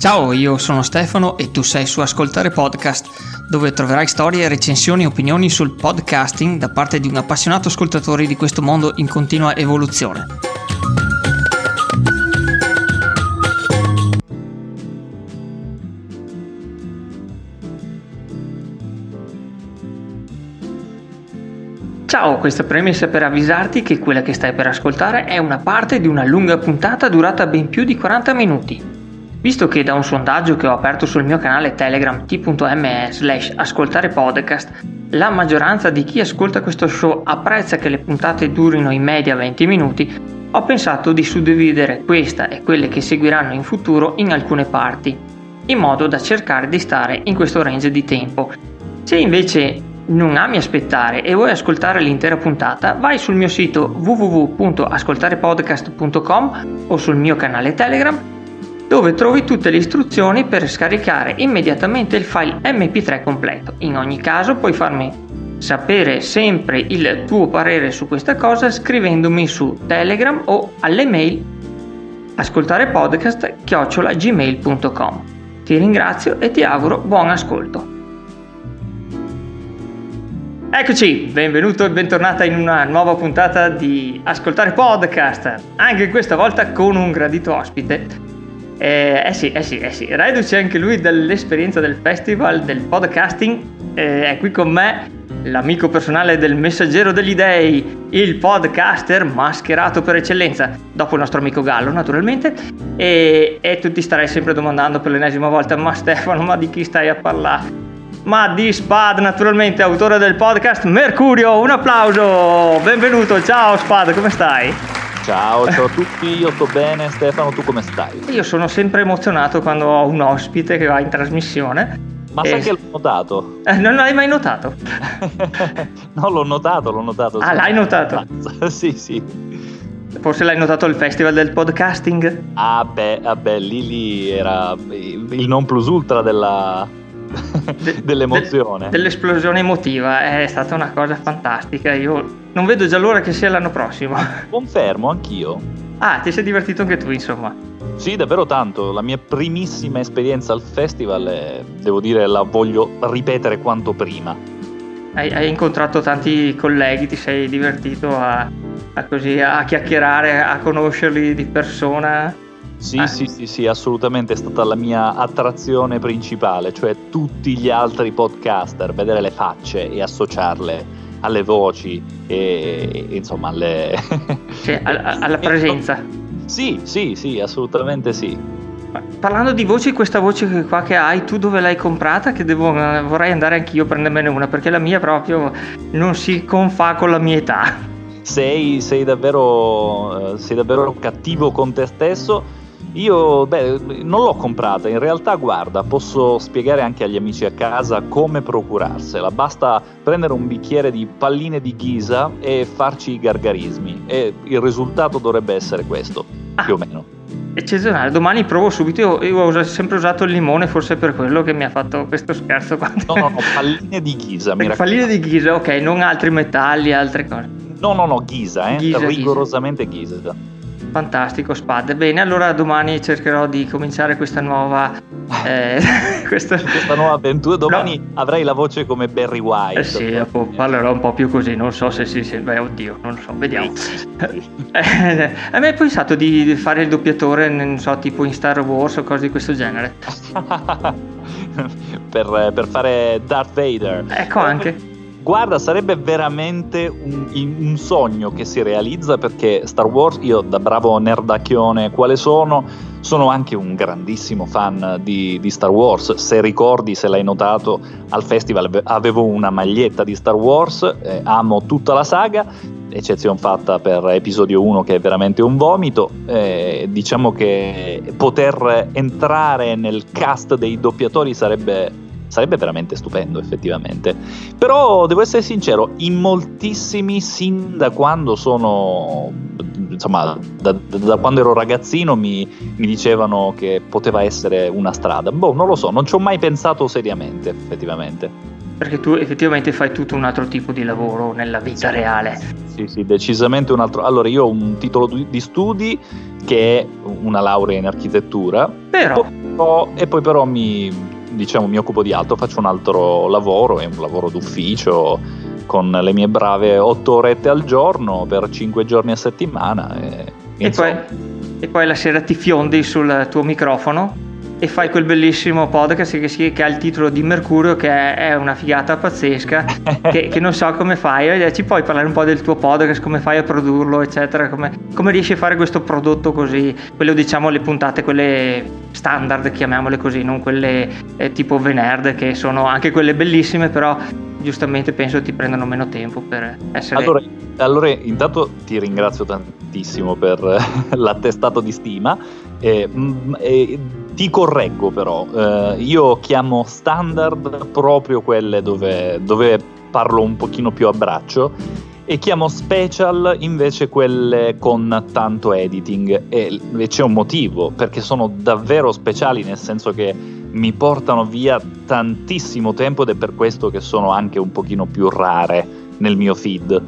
Ciao, io sono Stefano e tu sei su Ascoltare Podcast, dove troverai storie, recensioni e opinioni sul podcasting da parte di un appassionato ascoltatore di questo mondo in continua evoluzione. Ciao, questa premessa per avvisarti che quella che stai per ascoltare è una parte di una lunga puntata durata ben più di 40 minuti. Visto che da un sondaggio che ho aperto sul mio canale Telegram t.me/ascoltarepodcast, la maggioranza di chi ascolta questo show apprezza che le puntate durino in media 20 minuti, ho pensato di suddividere questa e quelle che seguiranno in futuro in alcune parti, in modo da cercare di stare in questo range di tempo. Se invece non ami aspettare e vuoi ascoltare l'intera puntata, vai sul mio sito www.ascoltarepodcast.com o sul mio canale Telegram, dove trovi tutte le istruzioni per scaricare immediatamente il file MP3 completo. In ogni caso puoi farmi sapere sempre il tuo parere su questa cosa scrivendomi su Telegram o alle mail ascoltarepodcast@gmail.com. Ti ringrazio e ti auguro buon ascolto. Eccoci, benvenuto e bentornata in una nuova puntata di Ascoltare Podcast, anche questa volta con un gradito ospite. Sì, reduce anche lui dall'esperienza del festival del podcasting, è qui con me l'amico personale del Messaggero degli Dei, il podcaster mascherato per eccellenza, dopo il nostro amico Gallo naturalmente, e tu ti starai sempre domandando per l'ennesima volta: ma Stefano, ma di chi stai a parlare? Ma di Spad, naturalmente, autore del podcast Mercurio. Un applauso, benvenuto. Ciao Spad, come stai? Ciao a tutti, io sto bene. Stefano, tu come stai? Io sono sempre emozionato quando ho un ospite che va in trasmissione. Ma sai che l'ho notato? Non l'hai mai notato? No, l'ho notato. Ah, l'hai notato? Sì. Forse l'hai notato al festival del podcasting? Ah beh, lì era il non plus ultra dell'emozione. Dell'esplosione emotiva, è stata una cosa fantastica. Io non vedo già l'ora che sia l'anno prossimo. Confermo, anch'io. Ah, ti sei divertito anche tu, insomma? Sì, davvero tanto. La mia primissima esperienza al festival, devo dire, la voglio ripetere quanto prima. Hai incontrato tanti colleghi, ti sei divertito a chiacchierare, a conoscerli di persona? Sì, assolutamente è stata la mia attrazione principale, cioè tutti gli altri podcaster, vedere le facce e associarle alle voci e insomma alle... Cioè, alla presenza. Sì, assolutamente sì. Parlando di voci, questa voce qua che hai, tu dove l'hai comprata? Che vorrei andare anch'io a prendermene una, perché la mia proprio non si confà con la mia età. Sei davvero cattivo con te stesso. Io non l'ho comprata, in realtà guarda, posso spiegare anche agli amici a casa come procurarsela. Basta prendere un bicchiere di palline di ghisa e farci i gargarismi, e il risultato dovrebbe essere questo, più o meno. Eccezionale, domani provo subito. Io ho sempre usato il limone, forse per quello che mi ha fatto questo scherzo. No, palline di ghisa, mi raccomando. Palline di ghisa, ok, non altri metalli, altre cose. No, ghisa, rigorosamente ghisa. Fantastico, Spad. Bene, allora domani cercherò di cominciare questa nuova questa nuova avventura. Domani avrai la voce come Barry White. Sì, parlerò un po' più così, non so se si sente. Oddio, non so, vediamo. Hai mai pensato di fare il doppiatore, non so, tipo in Star Wars o cose di questo genere? per fare Darth Vader. Ecco, anche. Guarda, sarebbe veramente un sogno che si realizza, perché Star Wars, io da bravo nerdacchione quale sono anche un grandissimo fan di Star Wars. Se ricordi, se l'hai notato, al festival avevo una maglietta di Star Wars, amo tutta la saga, eccezione fatta per episodio 1 che è veramente un vomito. Diciamo che poter entrare nel cast dei doppiatori sarebbe veramente stupendo, effettivamente. Però devo essere sincero, in moltissimi, sin da quando sono, insomma, da quando ero ragazzino mi dicevano che poteva essere una strada. Non lo so, non ci ho mai pensato seriamente, effettivamente. Perché tu effettivamente fai tutto un altro tipo di lavoro nella vita reale. Sì, decisamente un altro. Allora, io ho un titolo di studi che è una laurea in architettura. Però poi però mi occupo di altro, faccio un altro lavoro, è un lavoro d'ufficio con le mie brave 8 orette al giorno per 5 giorni a settimana. E poi la sera ti fiondi sul tuo microfono e fai quel bellissimo podcast che ha il titolo di Mercurio, che è una figata pazzesca, che non so come fai. Ci puoi parlare un po' del tuo podcast, come fai a produrlo, eccetera, come riesci a fare questo prodotto così, quello, diciamo, le puntate quelle standard, chiamiamole così, non quelle tipo Venerd, che sono anche quelle bellissime, però giustamente penso ti prendano meno tempo per essere... Allora intanto ti ringrazio tantissimo per l'attestato di stima e ti correggo però, io chiamo standard proprio quelle dove parlo un pochino più a braccio e chiamo special invece quelle con tanto editing, e c'è un motivo, perché sono davvero speciali, nel senso che mi portano via tantissimo tempo ed è per questo che sono anche un pochino più rare nel mio feed.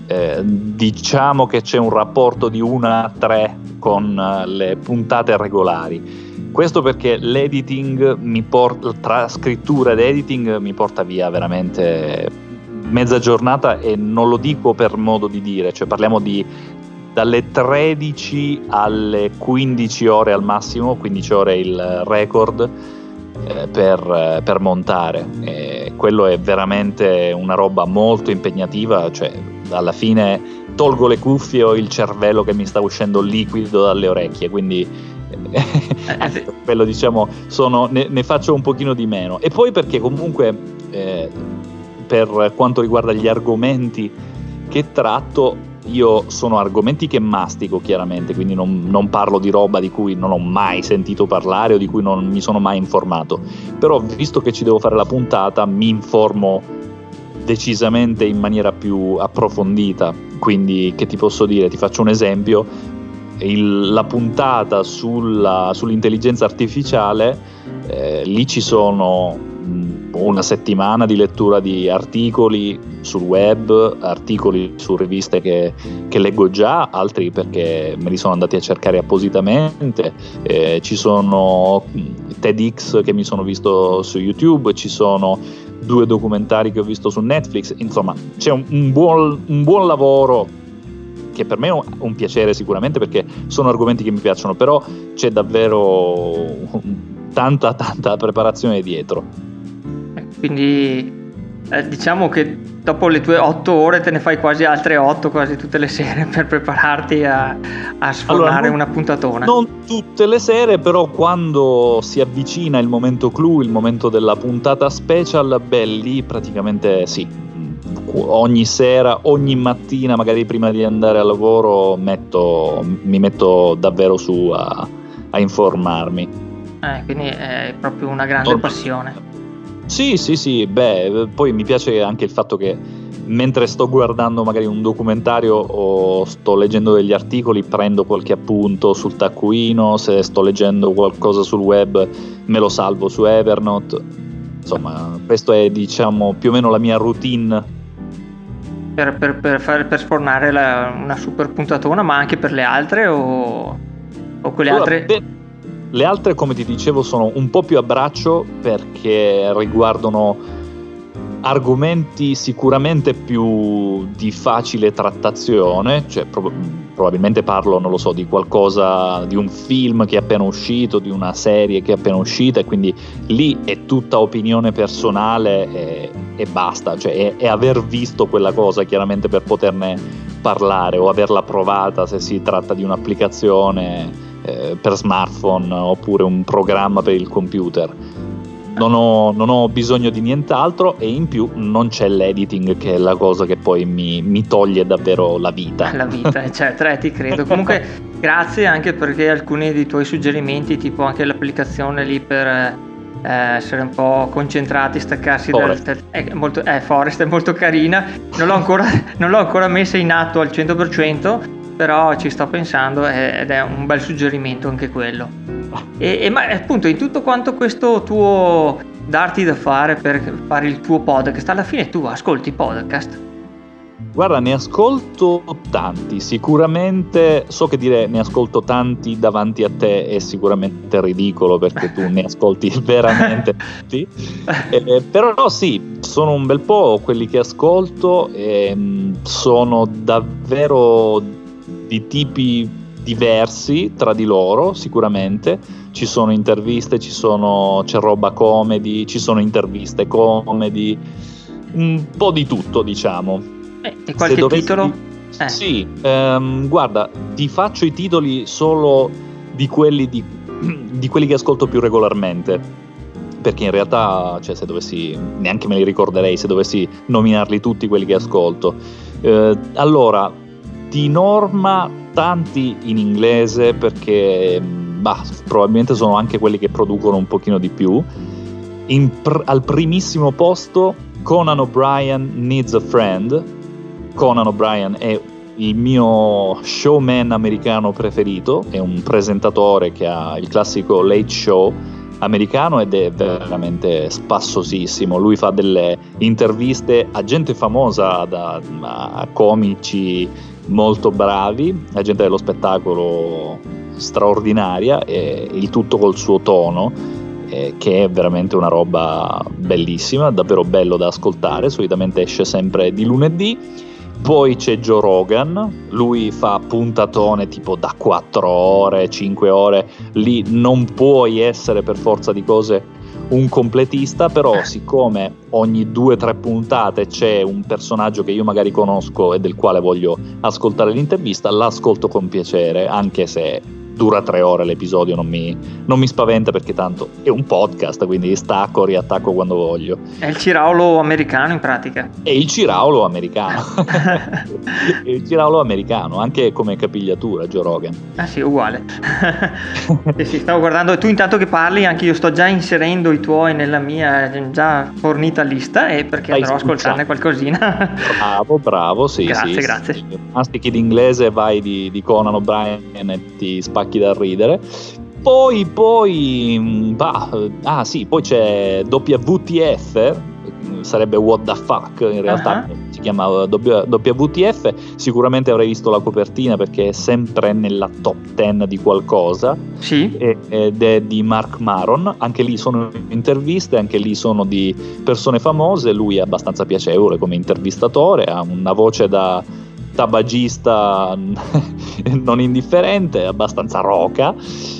Diciamo che c'è un rapporto di 1-3 con le puntate regolari. Questo perché l'editing tra scrittura ed editing mi porta via veramente mezza giornata, e non lo dico per modo di dire, cioè parliamo dalle 13 alle 15 ore al massimo, 15 ore il record per montare, e quello è veramente una roba molto impegnativa, cioè alla fine tolgo le cuffie o il cervello che mi sta uscendo liquido dalle orecchie, quindi quello, diciamo, ne faccio un pochino di meno. E poi perché comunque per quanto riguarda gli argomenti che tratto, io sono argomenti che mastico chiaramente, quindi non parlo di roba di cui non ho mai sentito parlare o di cui non mi sono mai informato, però visto che ci devo fare la puntata mi informo decisamente in maniera più approfondita. Quindi che ti posso dire? Ti faccio un esempio: la puntata sull'intelligenza artificiale, lì ci sono una settimana di lettura di articoli sul web, articoli su riviste che leggo già, altri perché me li sono andati a cercare appositamente, ci sono TEDx che mi sono visto su YouTube, ci sono 2 documentari che ho visto su Netflix, insomma c'è un buon lavoro, che per me è un piacere sicuramente, perché sono argomenti che mi piacciono, però c'è davvero tanta preparazione dietro. Quindi diciamo che dopo le tue 8 ore te ne fai quasi altre 8 quasi tutte le sere per prepararti a sfornare una puntatona. Non tutte le sere, però quando si avvicina il momento clou, il momento della puntata special, lì praticamente sì, ogni sera, ogni mattina, magari prima di andare al lavoro mi metto davvero su a informarmi. Quindi è proprio una grande passione. Sì, poi mi piace anche il fatto che mentre sto guardando magari un documentario o sto leggendo degli articoli, prendo qualche appunto sul taccuino, se sto leggendo qualcosa sul web me lo salvo su Evernote. Insomma, questo è, diciamo, più o meno la mia routine per sfornare una super puntatona, ma anche per le altre o quelle altre? Le altre, come ti dicevo, sono un po' più a braccio, perché riguardano argomenti sicuramente più di facile trattazione, cioè probabilmente parlo, non lo so, di qualcosa, di un film che è appena uscito, di una serie che è appena uscita, e quindi lì è tutta opinione personale e basta, cioè è aver visto quella cosa chiaramente per poterne parlare, o averla provata se si tratta di un'applicazione per smartphone oppure un programma per il computer. Non ho bisogno di nient'altro, e in più non c'è l'editing, che è la cosa che poi mi toglie davvero la vita, eccetera. Ti credo. Comunque grazie anche perché alcuni dei tuoi suggerimenti, tipo anche l'applicazione lì per essere un po' concentrati, staccarsi Forest è molto carina. Non l'ho ancora messa in atto al 100%, però ci sto pensando ed è un bel suggerimento anche quello. Ma appunto, in tutto quanto questo tuo darti da fare per fare il tuo podcast, alla fine tu ascolti podcast? Guarda, ne ascolto tanti, sicuramente so che dire ne ascolto tanti davanti a te è sicuramente ridicolo perché tu ne ascolti veramente tanti, però sì, sono un bel po' quelli che ascolto e sono davvero di tipi diversi tra di loro, sicuramente. Ci sono interviste, c'è roba comedy, ci sono interviste comedy, un po' di tutto, diciamo. E qualche titolo? Sì, guarda, ti faccio i titoli solo di quelli che ascolto più regolarmente, perché in realtà, cioè, se dovessi, neanche me li ricorderei se dovessi nominarli tutti quelli che ascolto. Allora, di norma tanti in inglese, perché probabilmente sono anche quelli che producono un pochino di più. Al primissimo posto Conan O'Brien Needs a Friend. Conan O'Brien è il mio showman americano preferito, è un presentatore che ha il classico late show americano ed è veramente spassosissimo. Lui fa delle interviste a gente famosa, a comici molto bravi, a gente dello spettacolo straordinaria, e il tutto col suo tono, che è veramente una roba bellissima, davvero bello da ascoltare. Solitamente esce sempre di lunedì. Poi c'è Joe Rogan, lui fa puntatone tipo da 4 ore, 5 ore, lì non puoi essere per forza di cose un completista, però siccome ogni 2-3 puntate c'è un personaggio che io magari conosco e del quale voglio ascoltare l'intervista, l'ascolto con piacere, anche se dura 3 ore l'episodio, non mi spaventa, perché tanto è un podcast, quindi stacco, riattacco quando voglio. È il Ciraulo americano in pratica. È il Ciraulo americano. È il Ciraulo americano, anche come capigliatura, Joe Rogan. Ah sì, uguale. Sì, stavo guardando, e tu intanto che parli anche io sto già inserendo i tuoi nella mia già fornita lista, e perché andrò a ascoltarne qualcosina. Bravo, sì. Grazie. Mastichi d'inglese, vai di Conan O'Brien e ti spacchi da ridere. Poi c'è WTF, sarebbe What the Fuck, in realtà si chiama WTF. Sicuramente avrai visto la copertina perché è sempre nella top 10 di qualcosa. Sì. Ed è di Mark Maron, anche lì sono interviste, anche lì sono di persone famose. Lui è abbastanza piacevole come intervistatore, ha una voce da tabagista non indifferente, abbastanza roca,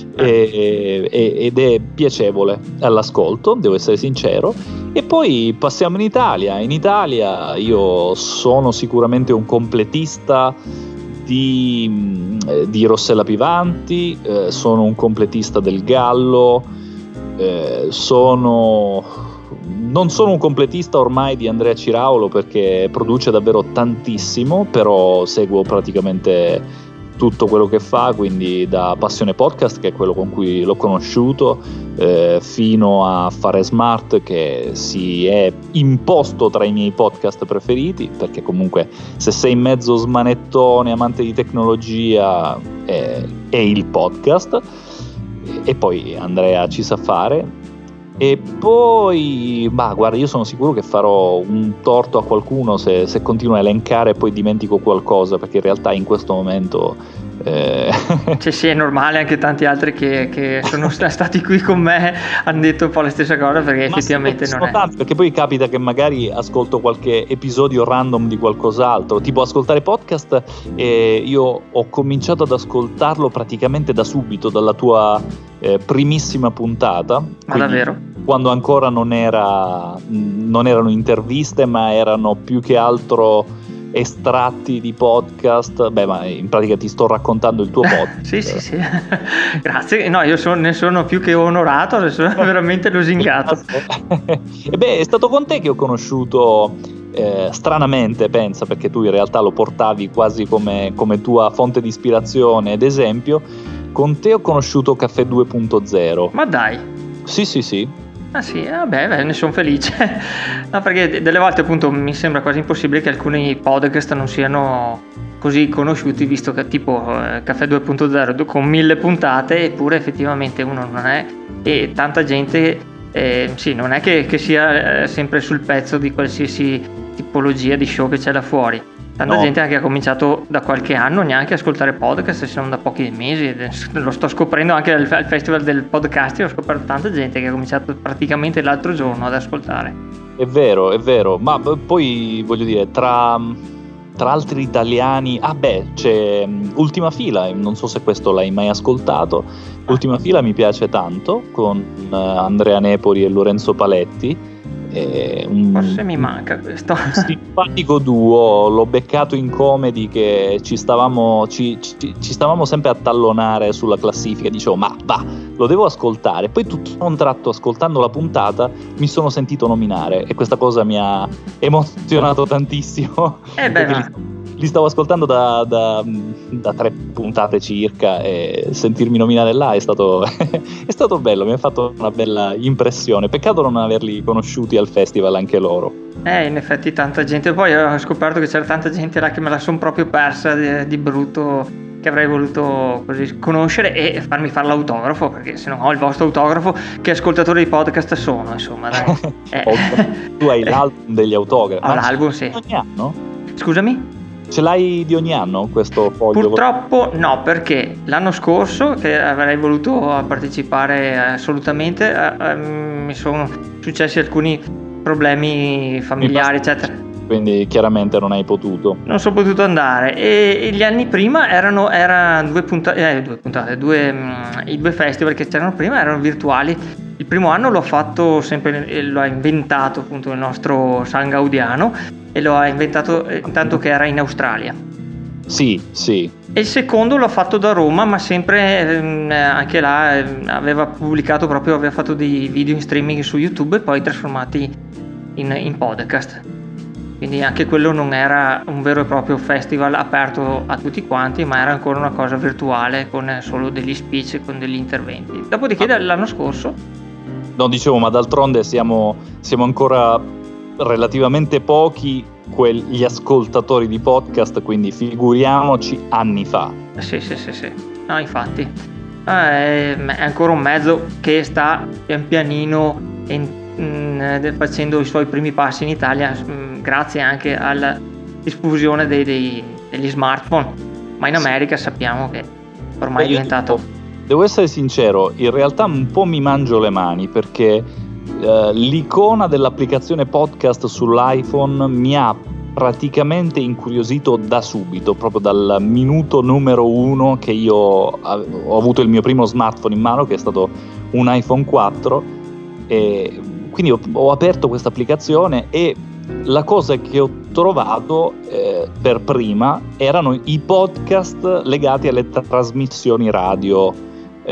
ed è piacevole all'ascolto, devo essere sincero. E poi passiamo in Italia. In Italia io sono sicuramente un completista di Rossella Pivanti, sono un completista del Gallo, non sono un completista ormai di Andrea Ciraulo, perché produce davvero tantissimo, però seguo praticamente tutto quello che fa, quindi da Passione Podcast, che è quello con cui l'ho conosciuto, fino a Fare Smart, che si è imposto tra i miei podcast preferiti, perché comunque se sei mezzo smanettone, amante di tecnologia, è il podcast. E poi Andrea ci sa fare. E poi, guarda, io sono sicuro che farò un torto a qualcuno se continuo a elencare e poi dimentico qualcosa, perché in realtà in questo momento sì, è normale. Anche tanti altri che sono stati qui con me hanno detto un po' la stessa cosa, perché effettivamente non è tanti, perché poi capita che magari ascolto qualche episodio random di qualcos'altro, tipo ascoltare podcast, e io ho cominciato ad ascoltarlo praticamente da subito, dalla tua primissima puntata. Ma davvero? Quando ancora non erano interviste, ma erano più che altro estratti di podcast. Ma in pratica ti sto raccontando il tuo podcast. Sì. Grazie. No, io ne sono più che onorato, sono veramente lusingato. È stato con te che ho conosciuto, stranamente, pensa, perché tu in realtà lo portavi quasi come tua fonte di ispirazione ed esempio. Con te ho conosciuto Caffè 2.0. Ma dai. Sì. Ah sì, vabbè, ne sono felice. No, perché delle volte appunto mi sembra quasi impossibile che alcuni podcast non siano così conosciuti, visto che tipo Caffè 2.0 con 1000 puntate, eppure effettivamente uno non è, e tanta gente sì, non è che sia sempre sul pezzo di qualsiasi tipologia di show che c'è là fuori. Tanta gente che ha cominciato da qualche anno neanche a ascoltare podcast, se non da pochi mesi. Lo sto scoprendo anche al festival del podcast, ho scoperto tanta gente che ha cominciato praticamente l'altro giorno ad ascoltare. È vero, ma poi voglio dire, tra altri italiani, c'è Ultima Fila, non so se questo l'hai mai ascoltato. Ultima Fila mi piace tanto, con Andrea Nepori e Lorenzo Paletti. Forse mi manca questo. Un simpatico duo, l'ho beccato in comedy che ci stavamo sempre a tallonare sulla classifica, dicevo ma va, lo devo ascoltare, poi tutto a un tratto ascoltando la puntata mi sono sentito nominare e questa cosa mi ha emozionato tantissimo. Li stavo ascoltando da 3 puntate circa e sentirmi nominare là è stato bello, mi ha fatto una bella impressione. Peccato non averli conosciuti al festival anche loro. In effetti tanta gente, poi ho scoperto che c'era tanta gente là che me la sono proprio persa di brutto, che avrei voluto così conoscere e farmi fare l'autografo, perché se non ho il vostro autografo, che ascoltatore di podcast sono, insomma, dai. Tu hai l'album degli autografi. Ho l'album, sì. Ogni anno? Scusami? Ce l'hai di ogni anno questo foglio? Purtroppo no, perché l'anno scorso, che avrei voluto partecipare assolutamente, mi sono successi alcuni problemi familiari, eccetera. Quindi chiaramente non hai potuto. Non sono potuto andare e gli anni prima erano i 2 festival che c'erano prima erano virtuali. Il primo anno l'ho fatto sempre, l'ho inventato appunto il nostro San Gaudiano e l'ho inventato intanto che era in Australia. Sì. E il secondo l'ho fatto da Roma, ma sempre anche là aveva fatto dei video in streaming su YouTube e poi trasformati in podcast. Quindi anche quello non era un vero e proprio festival aperto a tutti quanti, ma era ancora una cosa virtuale con solo degli speech, con degli interventi. Dopodiché l'anno scorso... No, dicevo, ma d'altronde siamo ancora relativamente pochi gli ascoltatori di podcast, quindi figuriamoci anni fa. Sì. No, infatti. È ancora un mezzo che sta pian pianino facendo i suoi primi passi in Italia, grazie anche alla diffusione degli smartphone, ma in America sappiamo che ormai è diventato... Devo essere sincero, in realtà un po' mi mangio le mani perché l'icona dell'applicazione podcast sull'iPhone mi ha praticamente incuriosito da subito, proprio dal minuto numero 1 che io ho avuto il mio primo smartphone in mano, che è stato un iPhone 4, e quindi ho aperto questa applicazione e la cosa che ho trovato per prima erano i podcast legati alle trasmissioni radio.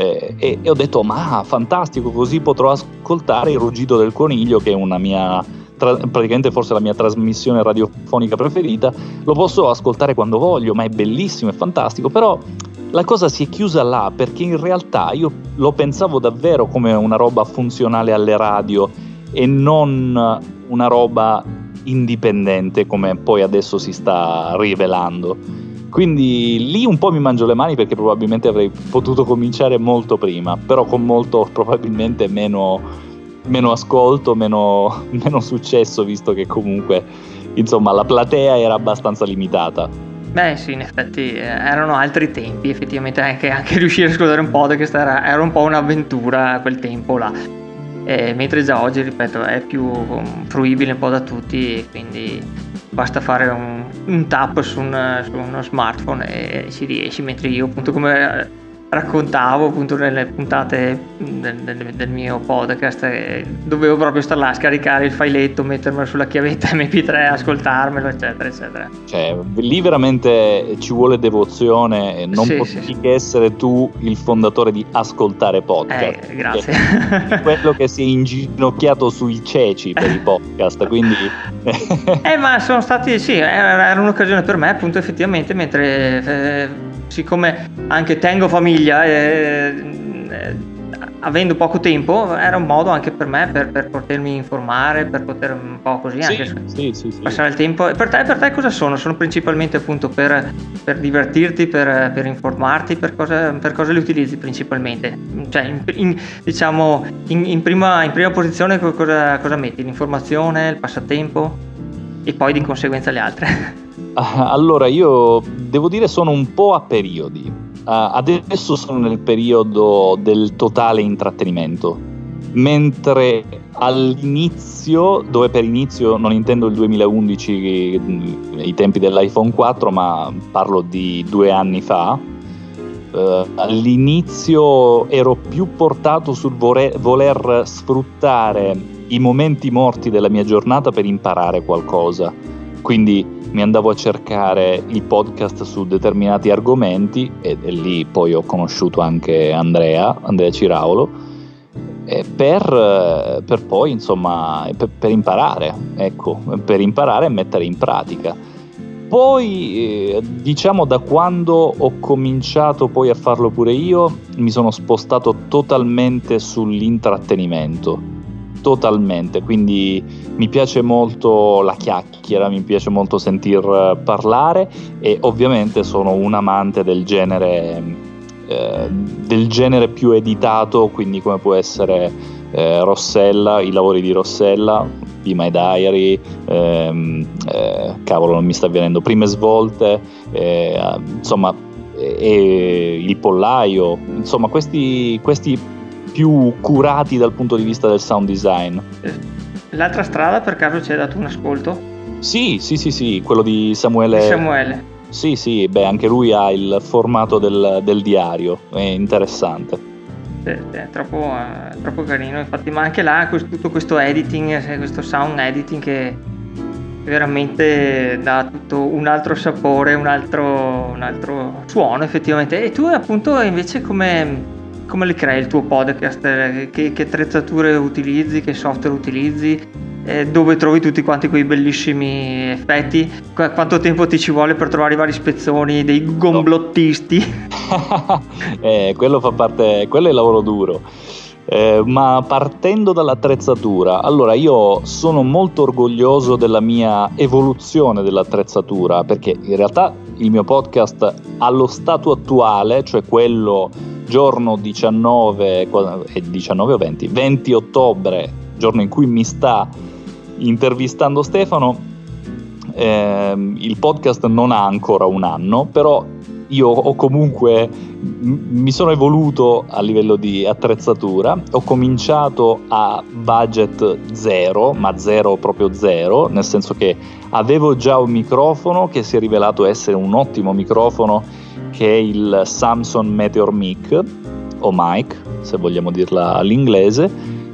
E ho detto ma fantastico, così potrò ascoltare il ruggito del coniglio, che è una mia praticamente forse la mia trasmissione radiofonica preferita. Lo posso ascoltare quando voglio, ma è bellissimo, è fantastico. Però la cosa si è chiusa là, perché in realtà io lo pensavo davvero come una roba funzionale alle radio e non una roba indipendente come poi adesso si sta rivelando. Quindi lì un po' mi mangio le mani, perché probabilmente avrei potuto cominciare molto prima, però con molto probabilmente meno ascolto, meno successo, visto che comunque insomma la platea era abbastanza limitata. Beh sì, in effetti erano altri tempi, effettivamente anche riuscire a ascoltare un podcast era un po' un'avventura a quel tempo là, mentre già oggi, ripeto, è più fruibile un po' da tutti, e quindi basta fare un tap su uno smartphone e ci riesci, mentre io appunto, come raccontavo appunto nelle puntate del mio podcast, dovevo proprio star là a scaricare il filetto, mettermelo sulla chiavetta MP3, ascoltarmelo, eccetera eccetera. Cioè lì veramente ci vuole devozione, non potevi che essere tu il fondatore di Ascoltare Podcast. Grazie. Quello che si è inginocchiato sui ceci per i podcast, quindi ma sono stati, era un'occasione per me, appunto, effettivamente, mentre siccome anche tengo famiglia, avendo poco tempo, era un modo anche per me per potermi informare, per poter un po' così anche passare il tempo. Per te cosa sono? Sono principalmente appunto per divertirti, per informarti, per cosa li utilizzi principalmente? Cioè in prima posizione cosa metti? L'informazione, il passatempo e poi di conseguenza le altre? Allora, io devo dire sono un po' a periodi. Adesso sono nel periodo del totale intrattenimento, mentre all'inizio, dove per inizio non intendo il 2011, i tempi dell'iPhone 4, ma parlo di 2 anni fa, all'inizio ero più portato sul voler sfruttare i momenti morti della mia giornata per imparare qualcosa. Quindi mi andavo a cercare i podcast su determinati argomenti e lì poi ho conosciuto anche Andrea Ciraulo, per poi insomma per imparare, ecco, per imparare e mettere in pratica. Poi diciamo da quando ho cominciato poi a farlo pure io mi sono spostato totalmente sull'intrattenimento, totalmente, quindi mi piace molto la chiacchiera, mi piace molto sentir parlare e ovviamente sono un amante del genere più editato, quindi come può essere Rossella, i lavori di Rossella, Be My Diary, cavolo non mi sta venendo, Prime Svolte, insomma, Il Pollaio, insomma questi più curati dal punto di vista del sound design. L'altra strada per caso ci hai dato un ascolto? Sì, quello di Samuele. Sì, beh, anche lui ha il formato del diario, è interessante. È troppo carino, infatti, ma anche là tutto questo editing, questo sound editing che veramente dà tutto un altro sapore, un altro suono effettivamente. E tu appunto invece come li crei il tuo podcast? Che attrezzature utilizzi, che software utilizzi? Dove trovi tutti quanti quei bellissimi effetti? Quanto tempo ti ci vuole per trovare i vari spezzoni dei gomblottisti? Quello fa parte, quello è il lavoro duro. Ma partendo dall'attrezzatura, allora io sono molto orgoglioso della mia evoluzione dell'attrezzatura, perché in realtà il mio podcast allo stato attuale, cioè quello giorno 19 o 20 ottobre, giorno in cui mi sta intervistando Stefano, il podcast non ha ancora un anno, però io ho comunque mi sono evoluto a livello di attrezzatura. Ho cominciato a budget zero, ma zero proprio zero, nel senso che avevo già un microfono che si è rivelato essere un ottimo microfono, che è il Samson Meteor Mic o Mic, se vogliamo dirla all'inglese,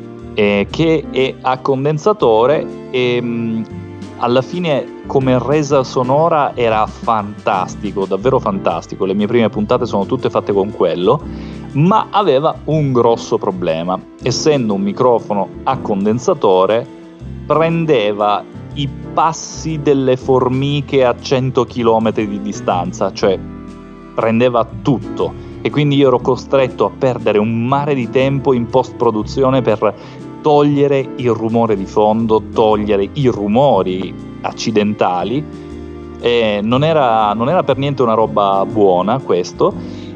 che è a condensatore e alla fine come resa sonora era fantastico, davvero fantastico. Le mie prime puntate sono tutte fatte con quello, ma aveva un grosso problema. Essendo un microfono a condensatore, prendeva i passi delle formiche a 100 km di distanza, cioè prendeva tutto, e quindi io ero costretto a perdere un mare di tempo in post-produzione per togliere il rumore di fondo, togliere i rumori accidentali, e non era per niente una roba buona questo,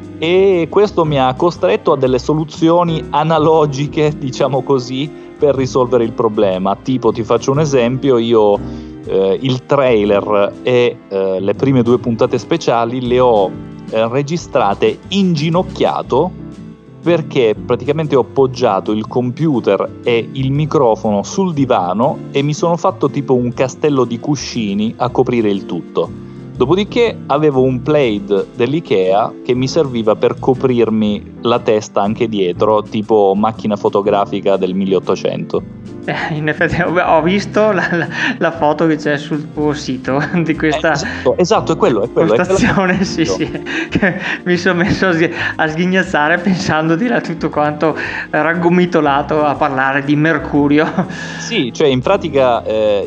e questo mi ha costretto a delle soluzioni analogiche, diciamo così, per risolvere il problema. Tipo, ti faccio un esempio, io il trailer e le prime 2 puntate speciali le ho registrate inginocchiato, perché praticamente ho poggiato il computer e il microfono sul divano e mi sono fatto tipo un castello di cuscini a coprire il tutto. Dopodiché avevo un plaid dell'Ikea che mi serviva per coprirmi la testa anche dietro, tipo macchina fotografica del 1800. In effetti ho visto la foto che c'è sul tuo sito di questa esatto, è quello postazione, sì, che mi sono messo a sghignazzare pensando di là tutto quanto raggomitolato a parlare di Mercurio. Sì, cioè in pratica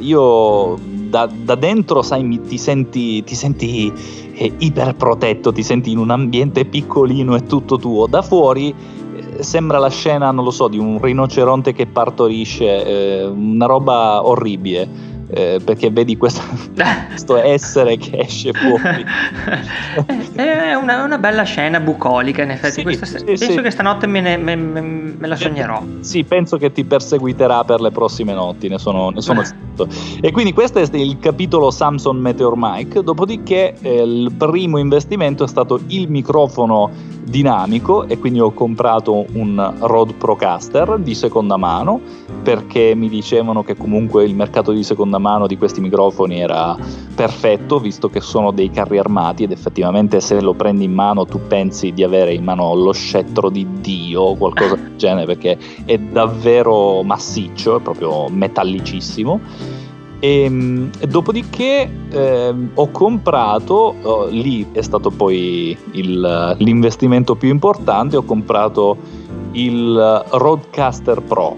io da dentro, sai, ti senti iperprotetto, ti senti in un ambiente piccolino e tutto tuo. Da fuori sembra la scena, non lo so, di un rinoceronte che partorisce, una roba orribile. perché vedi questo essere che esce fuori. È una bella scena bucolica, in effetti. Penso che stanotte me la sognerò. Sì, penso che ti perseguiterà per le prossime notti, ne sono certo. E quindi questo è il capitolo Samson Meteor Mic. Dopodiché il primo investimento è stato il microfono dinamico, e quindi ho comprato un Rode Procaster di seconda mano, perché mi dicevano che comunque il mercato di seconda mano di questi microfoni era perfetto, visto che sono dei carri armati, ed effettivamente se lo prendi in mano tu pensi di avere in mano lo scettro di Dio o qualcosa del genere, perché è davvero massiccio, è proprio metallicissimo. E dopodiché ho comprato, lì è stato poi l'investimento più importante, ho comprato il Rodecaster Pro.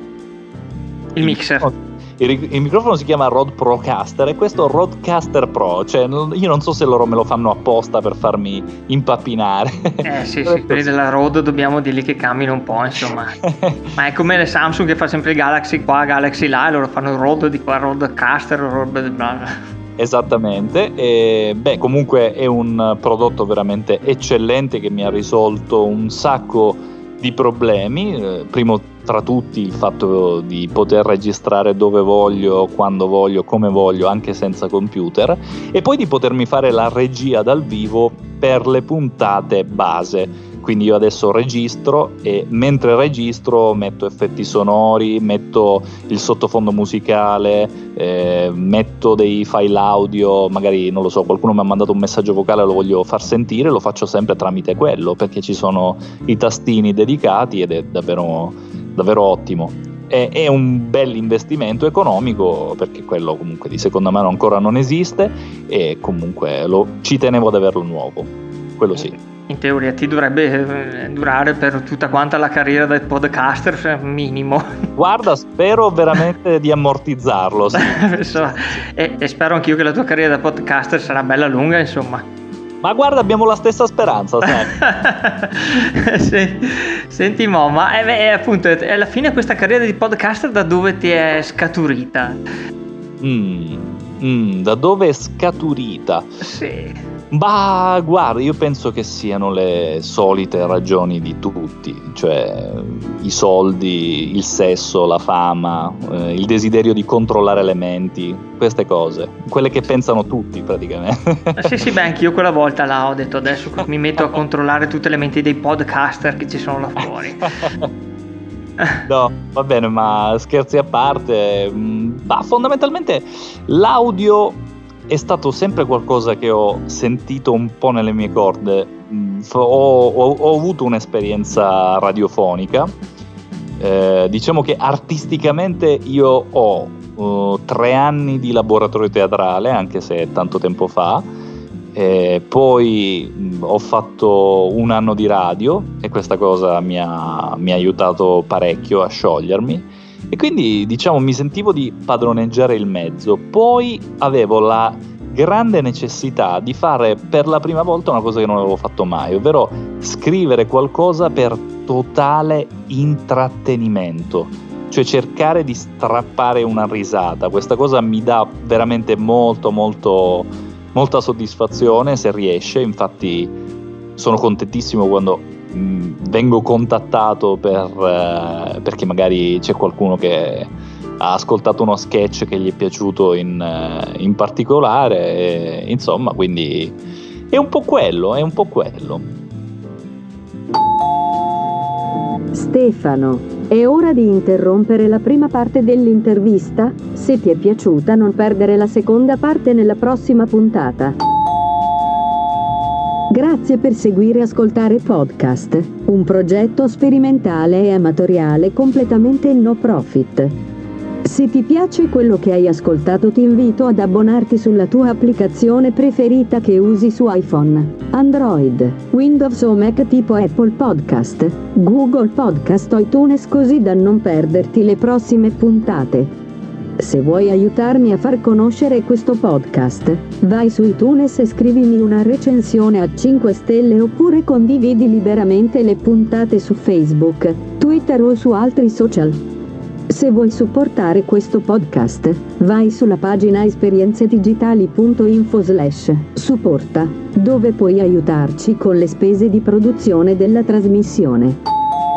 Il mixer. Il microfono si chiama Rode Procaster, e questo Rodecaster Pro, cioè io non so se loro me lo fanno apposta per farmi impappinare. Sì, quelli della Rode dobbiamo dirgli che cambino un po', insomma. Ma è come le Samsung che fa sempre il Galaxy qua, Galaxy là, e loro fanno il Rode di qua, Rodecaster, Rode bla. Esattamente, e comunque è un prodotto veramente eccellente che mi ha risolto un sacco di problemi, primo tra tutti il fatto di poter registrare dove voglio, quando voglio, come voglio, anche senza computer, e poi di potermi fare la regia dal vivo per le puntate base. Quindi io adesso registro, e mentre registro metto effetti sonori, metto il sottofondo musicale, metto dei file audio, magari non lo so, qualcuno mi ha mandato un messaggio vocale, lo voglio far sentire, lo faccio sempre tramite quello, perché ci sono i tastini dedicati, ed è davvero ottimo. È un bel investimento economico, perché quello comunque di seconda mano ancora non esiste, e comunque ci tenevo ad averlo nuovo, quello sì. In teoria ti dovrebbe durare per tutta quanta la carriera del podcaster, minimo. Guarda, spero veramente di ammortizzarlo, sì. E spero anch'io che la tua carriera da podcaster sarà bella lunga, insomma. Ma guarda, abbiamo la stessa speranza, sai? Senti Mo, ma appunto alla fine questa carriera di podcaster da dove ti è scaturita? Da dove è scaturita? Sì. Bah, guarda, io penso che siano le solite ragioni di tutti, cioè i soldi, il sesso, la fama, il desiderio di controllare le menti, queste cose, quelle che pensano tutti praticamente. Sì, anch'io quella volta là ho detto adesso mi metto a controllare tutte le menti dei podcaster che ci sono là fuori. No, va bene, ma scherzi a parte, fondamentalmente l'audio è stato sempre qualcosa che ho sentito un po' nelle mie corde. Ho avuto un'esperienza radiofonica, diciamo che artisticamente io ho 3 anni di laboratorio teatrale, anche se è tanto tempo fa, poi ho fatto 1 anno di radio, e questa cosa mi ha aiutato parecchio a sciogliermi, e quindi diciamo mi sentivo di padroneggiare il mezzo. Poi avevo la grande necessità di fare per la prima volta una cosa che non avevo fatto mai, ovvero scrivere qualcosa per totale intrattenimento, cioè cercare di strappare una risata. Questa cosa mi dà veramente molta soddisfazione se riesce. Infatti sono contentissimo quando vengo contattato perché magari c'è qualcuno che ha ascoltato uno sketch che gli è piaciuto in particolare, insomma, quindi è un po' quello. Stefano, è ora di interrompere la prima parte dell'intervista. Se ti è piaciuta, non perdere la seconda parte nella prossima puntata. Grazie per seguire Ascoltare Podcast, un progetto sperimentale e amatoriale completamente no profit. Se ti piace quello che hai ascoltato, ti invito ad abbonarti sulla tua applicazione preferita che usi su iPhone, Android, Windows o Mac, tipo Apple Podcast, Google Podcast o iTunes, così da non perderti le prossime puntate. Se vuoi aiutarmi a far conoscere questo podcast, vai su iTunes e scrivimi una recensione a 5 stelle, oppure condividi liberamente le puntate su Facebook, Twitter o su altri social. Se vuoi supportare questo podcast, vai sulla pagina esperienzedigitali.info/supporta, dove puoi aiutarci con le spese di produzione della trasmissione.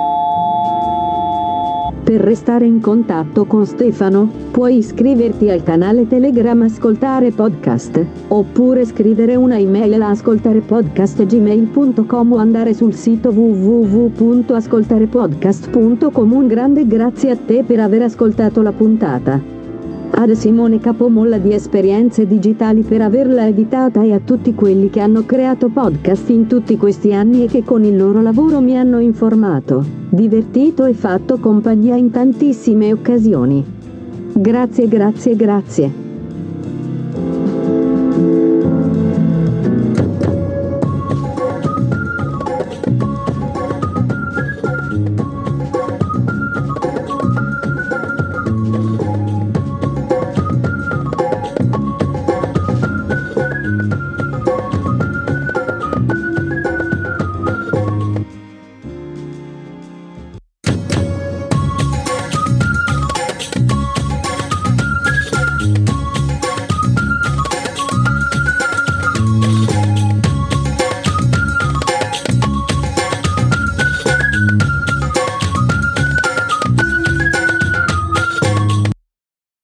Per restare in contatto con Stefano, puoi iscriverti al canale Telegram Ascoltare Podcast, oppure scrivere una email a ascoltarepodcast@gmail.com o andare sul sito www.ascoltarepodcast.com. Un grande grazie a te per aver ascoltato la puntata. Ad Simone Capomolla di Esperienze Digitali per averla editata e a tutti quelli che hanno creato podcast in tutti questi anni e che con il loro lavoro mi hanno informato, divertito e fatto compagnia in tantissime occasioni. Grazie.